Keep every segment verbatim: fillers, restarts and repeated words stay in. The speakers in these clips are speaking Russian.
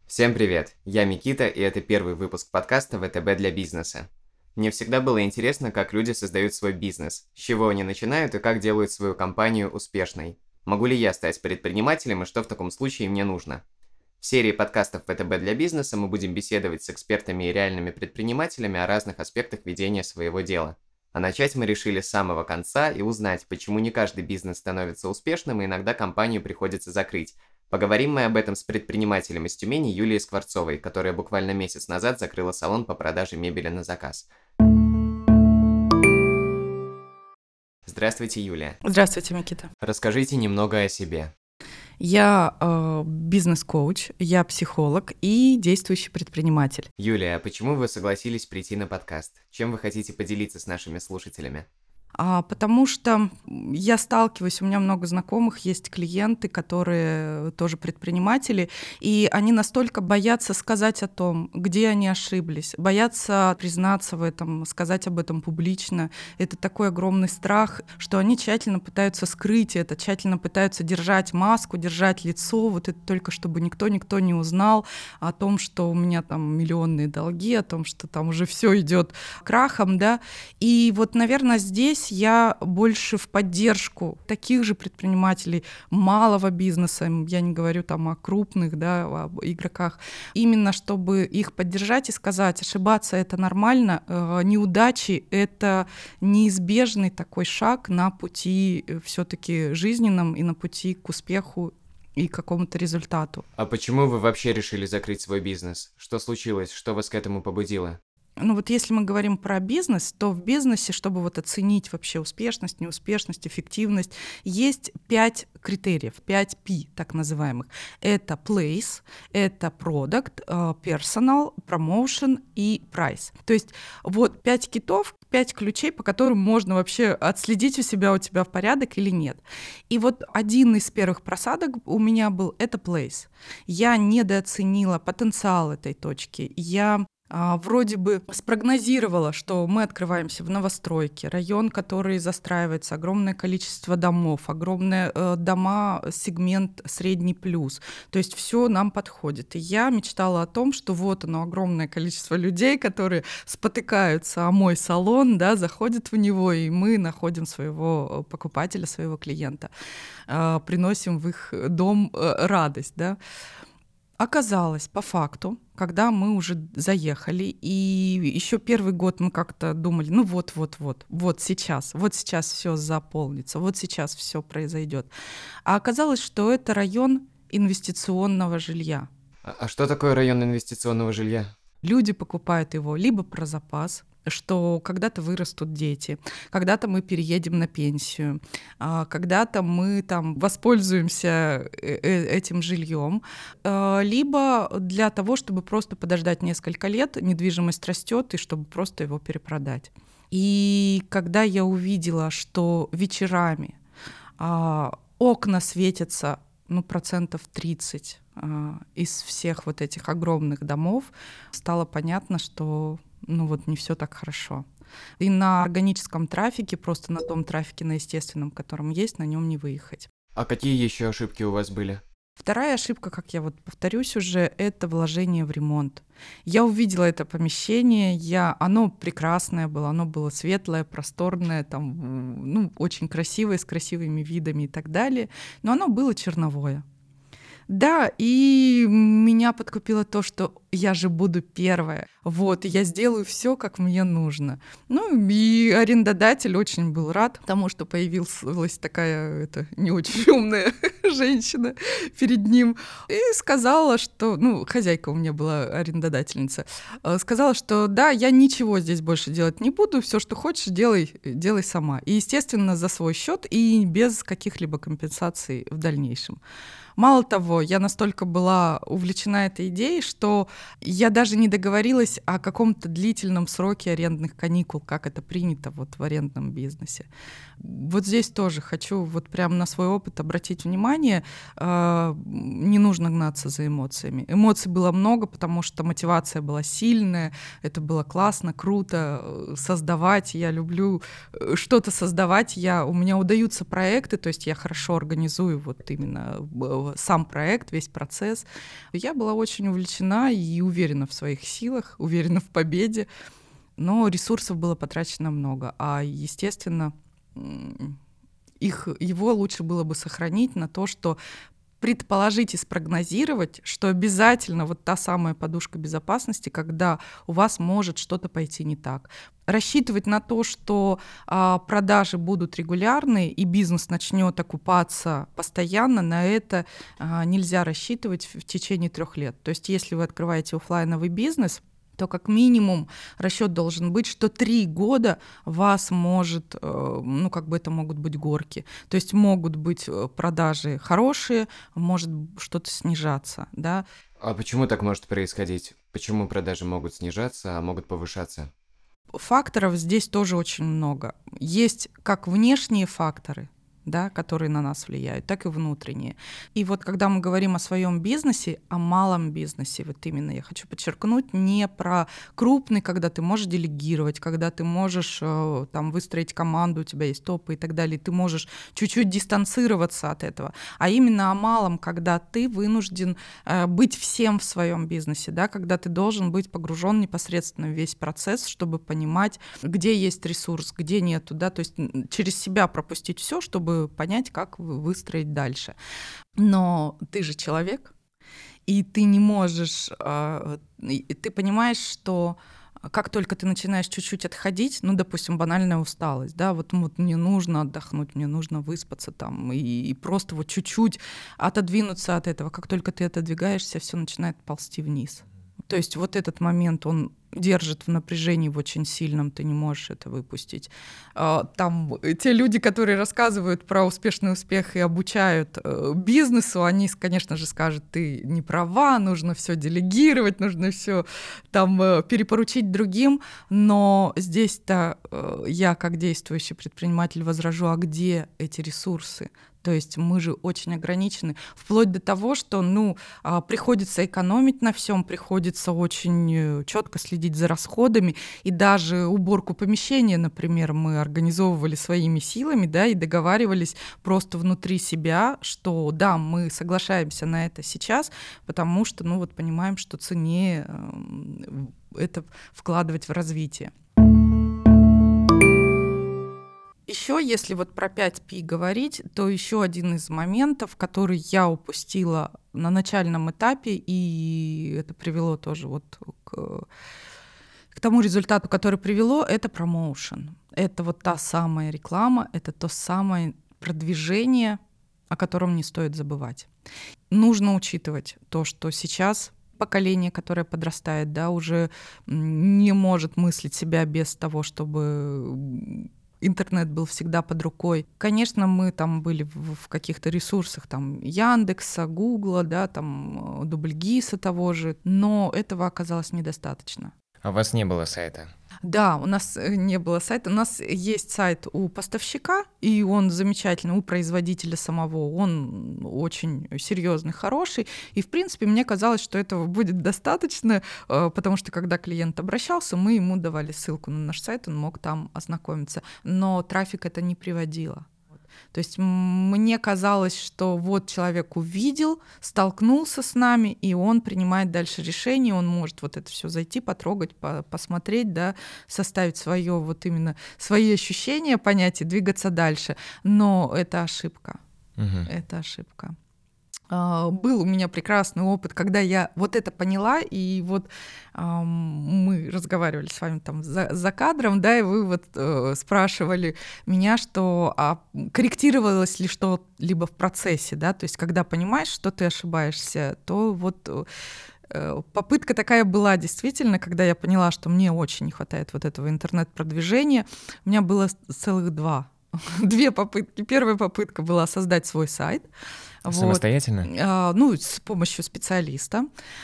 Всем привет, я Микита, и это первый выпуск подкаста ВТБ для бизнеса. Мне всегда было интересно, как люди создают свой бизнес, с чего они начинают и как делают свою компанию успешной. Могу ли я стать предпринимателем и что в таком случае мне нужно? В серии подкастов ВТБ для бизнеса мы будем беседовать с экспертами и реальными предпринимателями о разных аспектах ведения своего дела. А начать мы решили с самого конца и узнать, почему не каждый бизнес становится успешным и иногда компанию приходится закрыть. Поговорим мы об этом с предпринимателем из Тюмени Юлией Скворцовой, которая буквально месяц назад закрыла салон по продаже мебели на заказ. Здравствуйте, Юлия. Здравствуйте, Микита. Расскажите немного о себе. Я э, бизнес-коуч, я психолог и действующий предприниматель. Юлия, а почему вы согласились прийти на подкаст? Чем вы хотите поделиться с нашими слушателями? А, потому что я сталкиваюсь, у меня много знакомых, есть клиенты, которые тоже предприниматели, и они настолько боятся сказать о том, где они ошиблись, боятся признаться в этом, сказать об этом публично. Это такой огромный страх, что они тщательно пытаются скрыть это, тщательно пытаются держать маску, держать лицо, вот это только чтобы никто-никто не узнал о том, что у меня там миллионные долги, о том, что там уже все идет крахом, да. И вот, наверное, здесь я больше в поддержку таких же предпринимателей малого бизнеса, я не говорю там о крупных, да, об игроках, именно чтобы их поддержать и сказать, ошибаться — это нормально, э, неудачи — это неизбежный такой шаг на пути все-таки жизненном и на пути к успеху и к какому-то результату. А почему вы вообще решили закрыть свой бизнес? Что случилось? Что вас к этому побудило? Ну вот если мы говорим про бизнес, то в бизнесе, чтобы вот оценить вообще успешность, неуспешность, эффективность, есть пять критериев, пять пи так называемых. Это place, это product, personal, promotion и price. То есть вот пять китов, пять ключей, по которым можно вообще отследить у себя, у тебя в порядок или нет. И вот один из первых просадок у меня был — это place. Я недооценила потенциал этой точки. Я А, вроде бы спрогнозировала, что мы открываемся в новостройке, район, который застраивается, огромное количество домов, огромные э, дома, сегмент средний плюс. То есть все нам подходит. И я мечтала о том, что вот оно, огромное количество людей, которые спотыкаются о мой салон, да, заходят в него, и мы находим своего покупателя, своего клиента, э, приносим в их дом э, радость, да. Оказалось, по факту, когда мы уже заехали, и еще первый год мы как-то думали, ну вот-вот-вот, вот сейчас, вот сейчас все заполнится, вот сейчас все произойдет. А оказалось, что это район инвестиционного жилья. А, а что такое район инвестиционного жилья? Люди покупают его либо про запас, что когда-то вырастут дети, когда-то мы переедем на пенсию, когда-то мы там воспользуемся этим жильем, либо для того, чтобы просто подождать несколько лет, недвижимость растет, и чтобы просто его перепродать. И когда я увидела, что вечерами окна светятся, ну, процентов тридцать из всех вот этих огромных домов, стало понятно, что ну вот не все так хорошо. И на органическом трафике, просто на том трафике, на естественном, котором есть, на нем не выехать. А какие еще ошибки у вас были? Вторая ошибка, как я вот повторюсь уже, это вложение в ремонт. Я увидела это помещение, я, оно прекрасное было, оно было светлое, просторное, там, ну, очень красивое, с красивыми видами и так далее, но оно было черновое. Да, и меня подкупило то, что я же буду первая. Вот, и я сделаю все, как мне нужно. Ну, и арендодатель очень был рад тому, что появилась такая это, не очень умная женщина перед ним. И сказала, что... Ну, хозяйка у меня была арендодательница. Сказала, что да, я ничего здесь больше делать не буду, все, что хочешь, делай, делай сама. И, естественно, за свой счет и без каких-либо компенсаций в дальнейшем. Мало того, я настолько была увлечена этой идеей, что я даже не договорилась о каком-то длительном сроке арендных каникул, как это принято вот в арендном бизнесе. Вот здесь тоже хочу вот прямо на свой опыт обратить внимание. Не нужно гнаться за эмоциями. Эмоций было много, потому что мотивация была сильная, это было классно, круто создавать. Я люблю что-то создавать. Я, у меня удаются проекты, то есть я хорошо организую вот именно сам проект, проект, весь процесс. Я была очень увлечена и уверена в своих силах, уверена в победе, но ресурсов было потрачено много, а, естественно, их, его лучше было бы сохранить на то, что предположить и спрогнозировать, что обязательно вот та самая подушка безопасности, когда у вас может что-то пойти не так. Рассчитывать на то, что а, продажи будут регулярные и бизнес начнет окупаться постоянно, на это а, нельзя рассчитывать в, в течение трех лет. То есть если вы открываете офлайновый бизнес, то как минимум расчет должен быть, что три года вас может, ну как бы это могут быть горки, то есть могут быть продажи хорошие, может что-то снижаться, да. А почему так может происходить? Почему продажи могут снижаться, а могут повышаться? Факторов здесь тоже очень много. Есть как внешние факторы, да, которые на нас влияют, так и внутренние. И вот когда мы говорим о своем бизнесе, о малом бизнесе, вот именно я хочу подчеркнуть, не про крупный, когда ты можешь делегировать, когда ты можешь э, там выстроить команду, у тебя есть топы и так далее, ты можешь чуть-чуть дистанцироваться от этого, а именно о малом, когда ты вынужден э, быть всем в своем бизнесе, да, когда ты должен быть погружен непосредственно в весь процесс, чтобы понимать, где есть ресурс, где нету, да, то есть через себя пропустить все, чтобы понять, как выстроить дальше. Но ты же человек, и ты не можешь, ты понимаешь, что как только ты начинаешь чуть-чуть отходить, ну, допустим, банальная усталость, да, вот, вот мне нужно отдохнуть, мне нужно выспаться там, и, и просто вот чуть-чуть отодвинуться от этого. Как только ты отодвигаешься, все начинает ползти вниз. То есть вот этот момент, он держит в напряжении в очень сильном, ты не можешь это выпустить. Там те люди, которые рассказывают про успешный успех и обучают бизнесу, они, конечно же, скажут, ты не права, нужно все делегировать, нужно все там перепоручить другим, но здесь-то я, как действующий предприниматель, возражу, а где эти ресурсы? То есть мы же очень ограничены, вплоть до того, что, ну, приходится экономить на всем, приходится очень четко следить за расходами, и даже уборку помещения, например, мы организовывали своими силами, да, и договаривались просто внутри себя, что, да, мы соглашаемся на это сейчас, потому что, ну, вот понимаем, что ценнее это вкладывать в развитие. Еще, если вот про пять пи говорить, то еще один из моментов, который я упустила на начальном этапе, и это привело тоже вот к, к тому результату, который привело, это промоушен. Это вот та самая реклама, это то самое продвижение, о котором не стоит забывать. Нужно учитывать то, что сейчас поколение, которое подрастает, да, уже не может мыслить себя без того, чтобы интернет был всегда под рукой. Конечно, мы там были в, в каких-то ресурсах, там, Яндекса, Гугла, да, там, Дубльгиса того же, но этого оказалось недостаточно. А у вас не было сайта? Да, у нас не было сайта. У нас есть сайт у поставщика, и он замечательный, у производителя самого. Он очень серьезный, хороший. И, в принципе, мне казалось, что этого будет достаточно, потому что, когда клиент обращался, мы ему давали ссылку на наш сайт, он мог там ознакомиться. Но трафик это не приводило. То есть мне казалось, что вот человек увидел, столкнулся с нами, и он принимает дальше решение, он может вот это все зайти, потрогать, по- посмотреть, да, составить свое вот именно свои ощущения, понять и двигаться дальше. Но это ошибка. Угу. Это ошибка. Был у меня прекрасный опыт, когда я вот это поняла, и вот э, мы разговаривали с вами там за, за кадром, да, и вы вот э, спрашивали меня, что а корректировалось ли что-либо в процессе, да, то есть когда понимаешь, что ты ошибаешься, то вот э, попытка такая была действительно, когда я поняла, что мне очень не хватает вот этого интернет-продвижения, у меня было целых два. Две попытки. Первая попытка была создать свой сайт. Самостоятельно? Вот. А, ну, с помощью специалиста.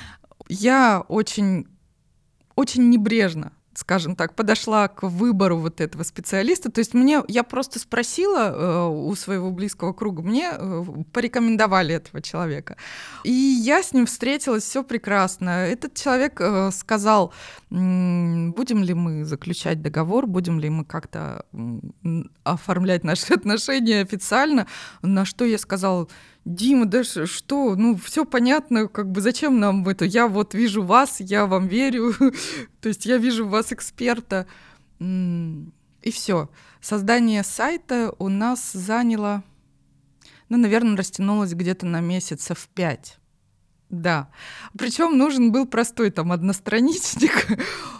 Я очень, очень небрежно, скажем так, подошла к выбору вот этого специалиста. То есть мне, я просто спросила э, у своего близкого круга, мне э, порекомендовали этого человека. И я с ним встретилась, все прекрасно. Этот человек э, сказал, м- будем ли мы заключать договор, будем ли мы как-то м- оформлять наши отношения официально, на что я сказала, Дима, да что, ну все понятно, как бы зачем нам это? Я вот вижу вас, я вам верю, то есть я вижу в вас эксперта. И все. Создание сайта у нас заняло, ну, наверное, растянулось где-то на месяцев пять. Да. Причем нужен был простой там одностраничник.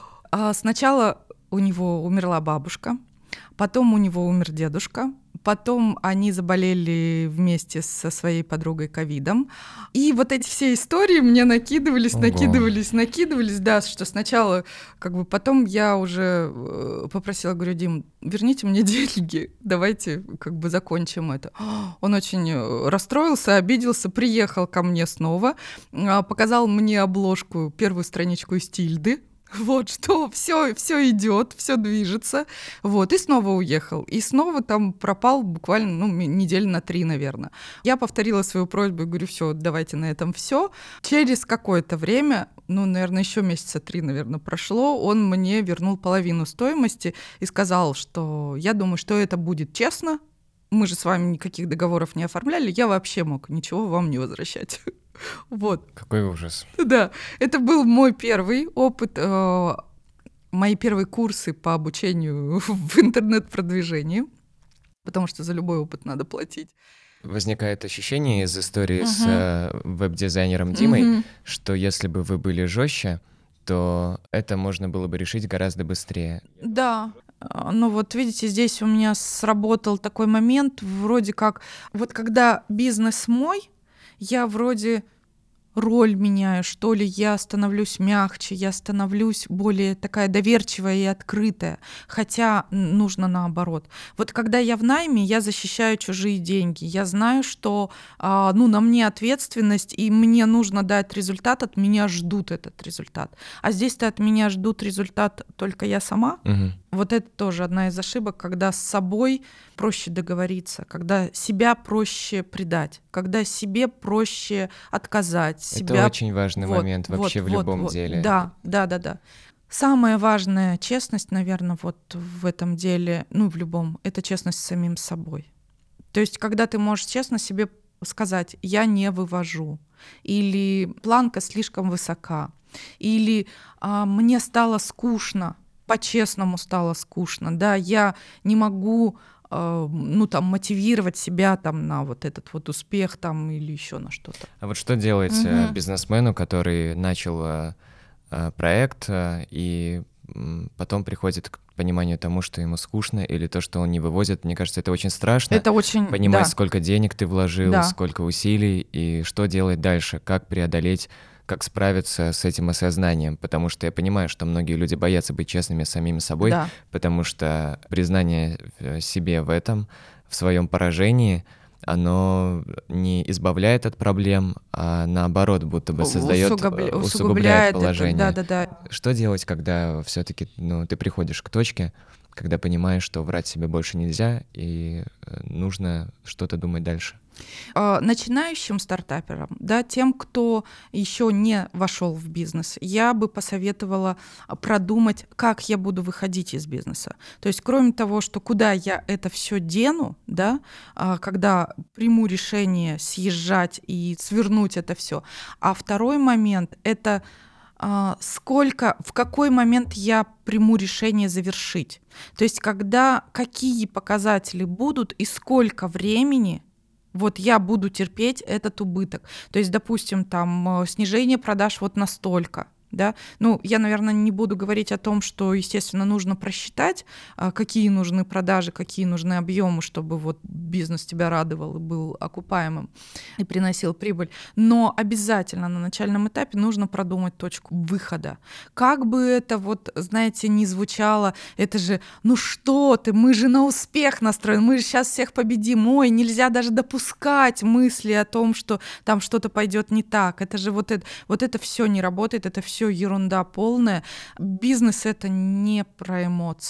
А сначала у него умерла бабушка, потом у него умер дедушка, потом они заболели вместе со своей подругой ковидом. И вот эти все истории мне накидывались, Ого. накидывались, накидывались, да, что сначала, как бы потом я уже попросила, говорю, Дим, верните мне деньги, давайте как бы закончим это. Он очень расстроился, обиделся, приехал ко мне снова, показал мне обложку, первую страничку из Тильды. Вот что, все, все идет, все движется, вот, и снова уехал, и снова там пропал буквально, ну, недели на три, наверное. Я повторила свою просьбу и говорю, все, давайте на этом все. Через какое-то время, ну, наверное, еще месяца три, наверное, прошло, он мне вернул половину стоимости и сказал, что я думаю, что это будет честно, мы же с вами никаких договоров не оформляли, я вообще мог ничего вам не возвращать. Вот. Какой ужас. Да, это был мой первый опыт, э, мои первые курсы по обучению в интернет-продвижении, потому что за любой опыт надо платить. Возникает ощущение из истории uh-huh. с э, веб-дизайнером Димой, uh-huh. что если бы вы были жестче, то это можно было бы решить гораздо быстрее. Да. Ну вот видите, здесь у меня сработал такой момент, вроде как, вот когда бизнес мой, я вроде роль меняю, что ли, я становлюсь мягче, я становлюсь более такая доверчивая и открытая, хотя нужно наоборот. Вот когда я в найме, я защищаю чужие деньги, я знаю, что а, ну, на мне ответственность, и мне нужно дать результат, от меня ждут этот результат. А здесь-то от меня ждут результат только я сама. Угу. Вот это тоже одна из ошибок, когда с собой проще договориться, когда себя проще предать, когда себе проще отказать. Себя... Это очень важный вот, момент вообще вот, в любом вот, деле. Да, да, да, да. Самая важная честность, наверное, вот в этом деле, ну, в любом, это честность с самим собой. То есть, когда ты можешь честно себе сказать, я не вывожу, или планка слишком высока, или а, мне стало скучно, по-честному стало скучно, да, я не могу, э, ну, там, мотивировать себя там на вот этот вот успех там или еще на что-то. А вот что делать Угу. бизнесмену, который начал э, проект э, и э, потом приходит к пониманию тому, что ему скучно или то, что он не вывозит? Мне кажется, это очень страшно. Это очень, понимать, да. сколько денег ты вложил, Да. сколько усилий и что делать дальше, как преодолеть, как справиться с этим осознанием, потому что я понимаю, что многие люди боятся быть честными с самими собой, Да. потому что признание себе в этом, в своем поражении, оно не избавляет от проблем, а наоборот, будто бы создает, Усугубля... усугубляет, усугубляет положение. Это, да, да, да. Что делать, когда все-таки, ну, ты приходишь к точке, когда понимаешь, что врать себе больше нельзя и нужно что-то думать дальше? Начинающим стартаперам, да, тем, кто еще не вошел в бизнес, я бы посоветовала продумать, как я буду выходить из бизнеса. То есть, кроме того, что куда я это все дену, да, когда приму решение съезжать и свернуть это все. А второй момент — это сколько, в какой момент я приму решение завершить. То есть, когда какие показатели будут и сколько времени вот я буду терпеть этот убыток. То есть, допустим, там снижение продаж вот настолько. Да? Ну, я, наверное, не буду говорить о том, что, естественно, нужно просчитать, какие нужны продажи, какие нужны объемы, чтобы вот бизнес тебя радовал и был окупаемым и приносил прибыль. Но обязательно на начальном этапе нужно продумать точку выхода. Как бы это вот, знаете, ни звучало, это же, ну что ты, мы же на успех настроены, мы же сейчас всех победим, ой, нельзя даже допускать мысли о том, что там что-то пойдет не так. Это же вот это, вот это все не работает, это все ерунда полная. Бизнес — это не про эмоции.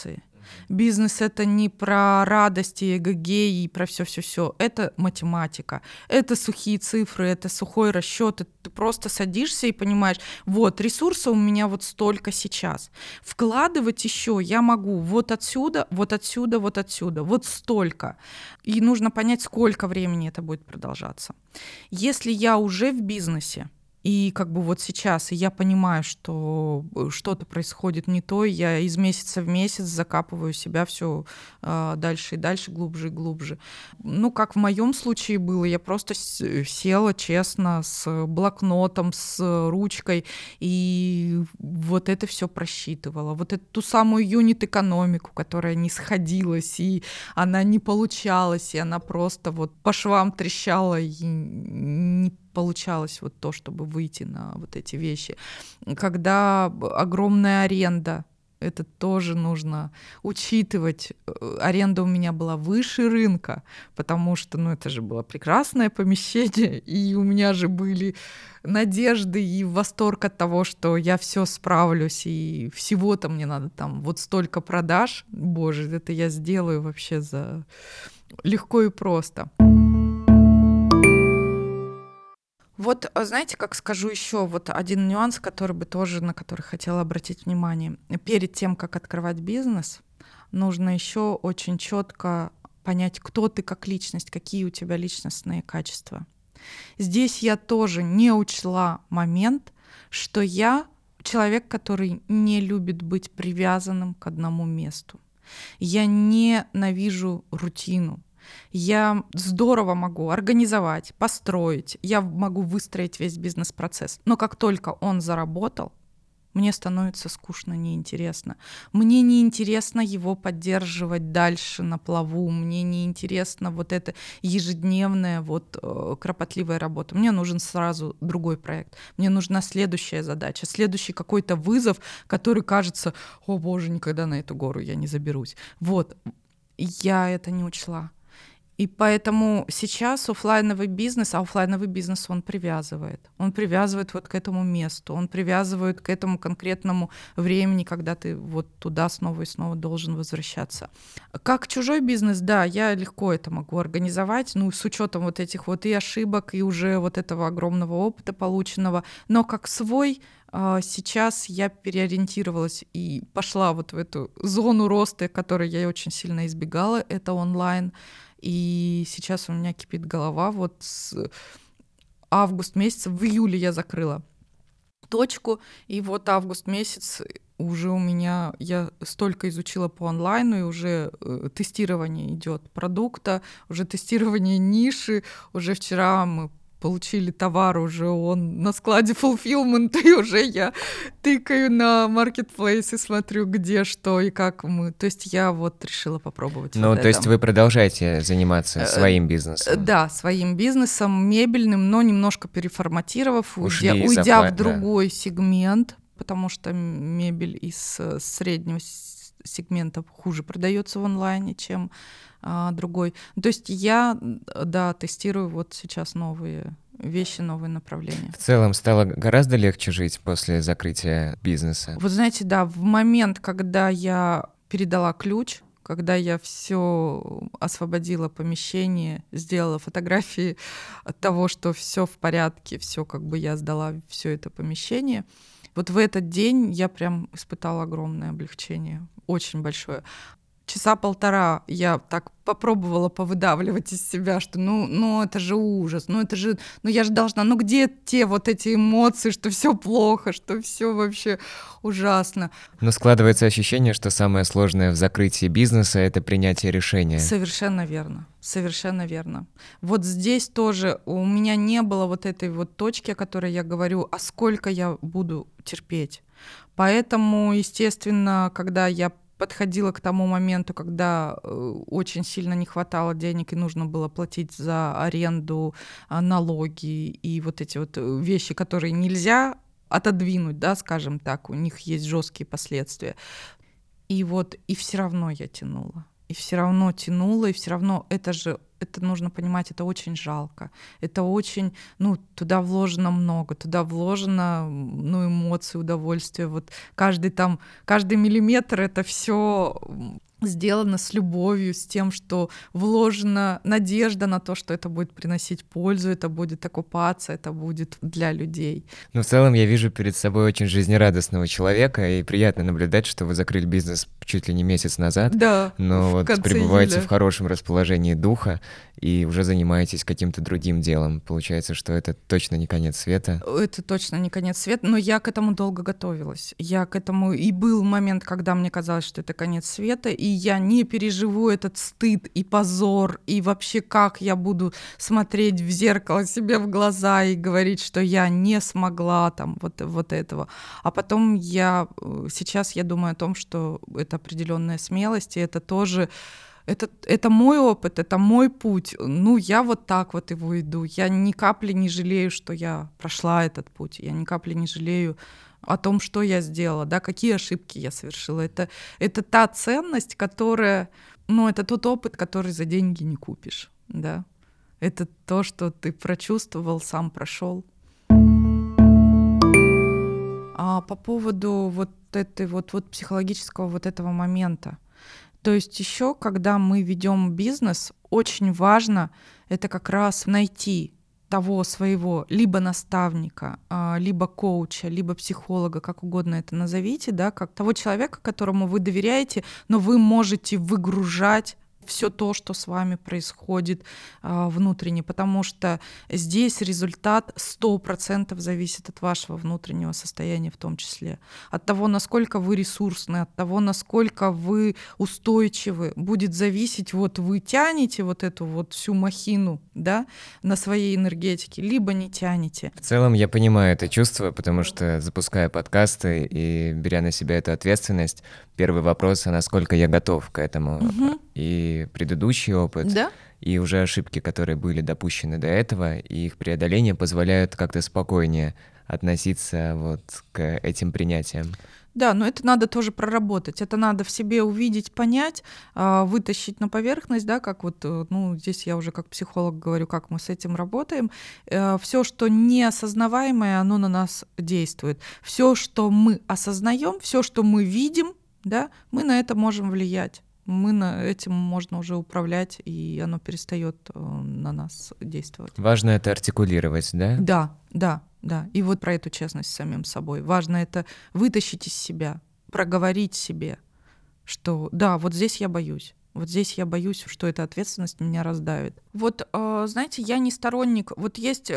Бизнес — это не про радости, эгегей и про все-все-все. Это математика, это сухие цифры, это сухой расчет. Ты просто садишься и понимаешь, вот ресурса у меня вот столько сейчас. Вкладывать еще я могу вот отсюда, вот отсюда, вот отсюда, вот столько. И нужно понять, сколько времени это будет продолжаться. Если я уже в бизнесе, и как бы вот сейчас, и я понимаю, что что-то происходит не то, я из месяца в месяц закапываю себя все э, дальше и дальше, глубже и глубже. Ну, как в моем случае было, я просто села честно с блокнотом, с ручкой, и вот это все просчитывала. Вот эту ту самую юнит-экономику, которая не сходилась, и она не получалась, и она просто вот по швам трещала, и не получалось вот то, чтобы выйти на вот эти вещи. Когда огромная аренда, это тоже нужно учитывать. Аренда у меня была выше рынка, потому что, ну, это же было прекрасное помещение, и у меня же были надежды и восторг от того, что я все справлюсь, и всего-то мне надо там вот столько продаж. Боже, это я сделаю вообще за легко и просто. Вот, знаете, как скажу еще вот один нюанс, который бы тоже, на который хотела обратить внимание. Перед тем, как открывать бизнес, нужно еще очень четко понять, кто ты как личность, какие у тебя личностные качества. Здесь я тоже не учла момент, что я человек, который не любит быть привязанным к одному месту. Я ненавижу рутину. Я здорово могу организовать, построить, я могу выстроить весь бизнес-процесс. Но как только он заработал, мне становится скучно, неинтересно. Мне неинтересно его поддерживать дальше на плаву, мне неинтересно вот эта ежедневная вот э, кропотливая работа. Мне нужен сразу другой проект, мне нужна следующая задача, следующий какой-то вызов, который кажется, о боже, никогда на эту гору я не заберусь. Вот, я это не учла. И поэтому сейчас офлайновый бизнес, а офлайновый бизнес он привязывает. Он привязывает вот к этому месту, он привязывает к этому конкретному времени, когда ты вот туда снова и снова должен возвращаться. Как чужой бизнес, да, я легко это могу организовать, ну, с учетом вот этих вот и ошибок, и уже вот этого огромного опыта полученного. Но как свой, сейчас я переориентировалась и пошла вот в эту зону роста, которой я очень сильно избегала, это онлайн. И сейчас у меня кипит голова. Вот с август месяца, в июле я закрыла точку, и вот август месяц уже у меня, я столько изучила по онлайну, и уже э, тестирование идет продукта, уже тестирование ниши, уже вчера мы получили товар, уже он на складе fulfillment, и уже я тыкаю на marketplace и смотрю, где что и как мы. То есть я вот решила попробовать. Ну, вот то это. есть вы продолжаете заниматься своим бизнесом? Да, своим бизнесом, мебельным, но немножко переформатировав, Ушли уйдя, из уйдя офлай- в другой да. сегмент, потому что мебель из среднего сегмента хуже продается в онлайне, чем а, другой. То есть я, да, тестирую вот сейчас новые вещи, новые направления. В целом стало гораздо легче жить после закрытия бизнеса? Вот знаете, да, в момент, когда я передала ключ, когда я все освободила помещение, сделала фотографии от того, что все в порядке, все как бы я сдала все это помещение, вот в этот день я прям испытала огромное облегчение, очень большое. Часа полтора я так попробовала повыдавливать из себя, что ну, ну это же ужас, ну это же, ну я же должна, ну где те вот эти эмоции, что все плохо, что все вообще ужасно. Но складывается ощущение, что самое сложное в закрытии бизнеса — это принятие решения. Совершенно верно, совершенно верно. Вот здесь тоже у меня не было вот этой вот точки, о которой я говорю, а сколько я буду терпеть. Поэтому, естественно, когда я подходила к тому моменту, когда очень сильно не хватало денег и нужно было платить за аренду, налоги и вот эти вот вещи, которые нельзя отодвинуть, да, скажем так, у них есть жесткие последствия. И вот, и все равно я тянула. И все равно тянула, и все равно это же, это нужно понимать, это очень жалко. Это очень, ну, туда вложено много, туда вложено, ну, эмоции, удовольствие. Вот каждый там, каждый миллиметр — это все сделано с любовью, с тем, что вложена надежда на то, что это будет приносить пользу, это будет окупаться, это будет для людей. Ну, в целом, я вижу перед собой очень жизнерадостного человека, и приятно наблюдать, что вы закрыли бизнес чуть ли не месяц назад, Да, но в вот конце пребываете июля. в хорошем расположении духа и уже занимаетесь каким-то другим делом. Получается, что это точно не конец света. Это точно не конец света, но я к этому долго готовилась. Я к этому... И был момент, когда мне казалось, что это конец света, и я не переживу этот стыд и позор, и вообще как я буду смотреть в зеркало себе в глаза и говорить, что я не смогла там вот, вот этого. А потом я... Сейчас я думаю о том, что это определенная смелость, и это тоже... Это, это мой опыт, это мой путь. Ну, я вот так вот его иду. Я ни капли не жалею, что я прошла этот путь. Я ни капли не жалею о том, что я сделала, да, какие ошибки я совершила. Это, это та ценность, которая... Ну, это тот опыт, который за деньги не купишь, да. Это то, что ты прочувствовал, сам прошел. А по поводу вот этой вот, вот психологического вот этого момента. То есть еще, когда мы ведем бизнес, очень важно это как раз найти того своего либо наставника, либо коуча, либо психолога, как угодно это назовите, да, как того человека, которому вы доверяете, но вы можете выгружать все то, что с вами происходит а, внутренне, потому что здесь результат сто процентов зависит от вашего внутреннего состояния в том числе, от того, насколько вы ресурсны, от того, насколько вы устойчивы, будет зависеть, вот вы тянете вот эту вот всю махину, да, на своей энергетике, либо не тянете. В целом я понимаю это чувство, потому что, запуская подкасты и беря на себя эту ответственность, первый вопрос, а насколько я готов к этому. Угу. И предыдущий опыт, Да? и уже ошибки, которые были допущены до этого, и их преодоление позволяют как-то спокойнее относиться вот к этим принятиям. Да, но это надо тоже проработать, это надо в себе увидеть, понять, вытащить на поверхность, да, как вот, ну, здесь я уже как психолог говорю, как мы с этим работаем. Все, что неосознаваемое, оно на нас действует. Все, что мы осознаем, все, что мы видим, да, мы на это можем влиять. Мы на этим можно уже управлять, и оно перестает на нас действовать. Важно это артикулировать, да? Да, да, да. И вот про эту честность с самим собой. Важно это вытащить из себя, проговорить себе, что да, вот здесь я боюсь. Вот здесь я боюсь, что эта ответственность меня раздавит. Вот, знаете, я не сторонник. Вот есть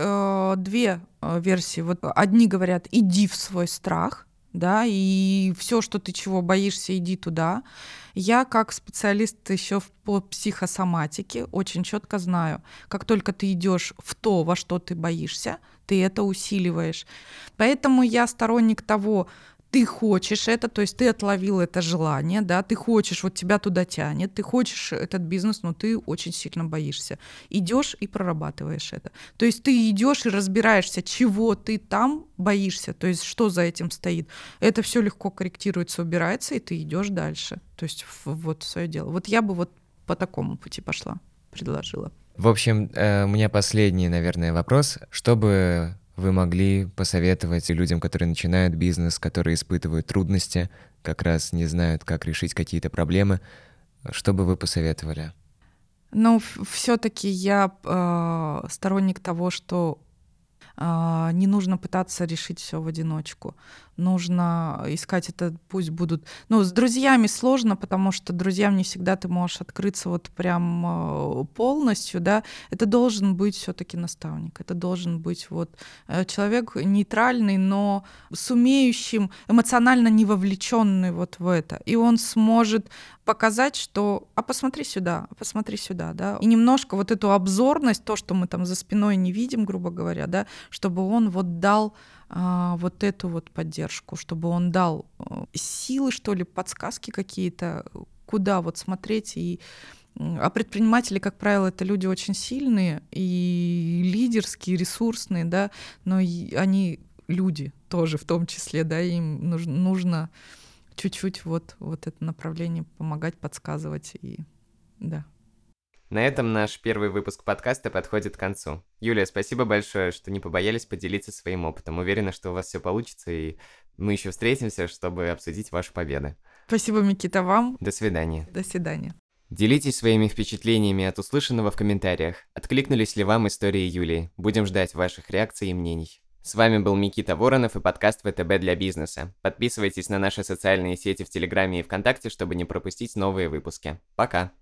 две версии. Вот одни говорят, иди в свой страх, да, и все, что ты чего боишься, иди туда. Я как специалист еще по психосоматике очень четко знаю, как только ты идешь в то, во что ты боишься, ты это усиливаешь. Поэтому я сторонник того, ты хочешь это, то есть ты отловил это желание, да, ты хочешь, вот тебя туда тянет, ты хочешь этот бизнес, но ты очень сильно боишься. Идешь и прорабатываешь это. То есть ты идешь и разбираешься, чего ты там боишься, то есть что за этим стоит. Это все легко корректируется, убирается, и ты идешь дальше. То есть вот свое дело. Вот я бы вот по такому пути пошла, предложила. В общем, у меня последний, наверное, вопрос. Чтобы вы могли посоветовать людям, которые начинают бизнес, которые испытывают трудности, как раз не знают, как решить какие-то проблемы, что бы вы посоветовали? Ну, все-таки я э, сторонник того, что э, не нужно пытаться решить все в одиночку. Нужно искать это, пусть будут... Ну, с друзьями сложно, потому что друзьям не всегда ты можешь открыться вот прям полностью, да. Это должен быть все-таки наставник, это должен быть вот человек нейтральный, но сумеющим, эмоционально не вовлеченный вот в это. И он сможет показать, что «а посмотри сюда, а посмотри сюда», да. И немножко вот эту обзорность, то, что мы там за спиной не видим, грубо говоря, да, чтобы он вот дал а, вот эту вот поддержку, чтобы он дал силы, что ли, подсказки какие-то, куда вот смотреть. И... А предприниматели, как правило, это люди очень сильные и лидерские, ресурсные, да, но и они люди тоже в том числе, да, им нужно, нужно чуть-чуть вот, вот это направление помогать, подсказывать, и да. На этом наш первый выпуск подкаста подходит к концу. Юлия, спасибо большое, что не побоялись поделиться своим опытом. Уверена, что у вас все получится, и мы еще встретимся, чтобы обсудить ваши победы. Спасибо, Микита, вам. До свидания. До свидания. Делитесь своими впечатлениями от услышанного в комментариях. Откликнулись ли вам истории Юлии? Будем ждать ваших реакций и мнений. С вами был Микита Воронов и подкаст ВТБ для бизнеса. Подписывайтесь на наши социальные сети в Телеграме и ВКонтакте, чтобы не пропустить новые выпуски. Пока!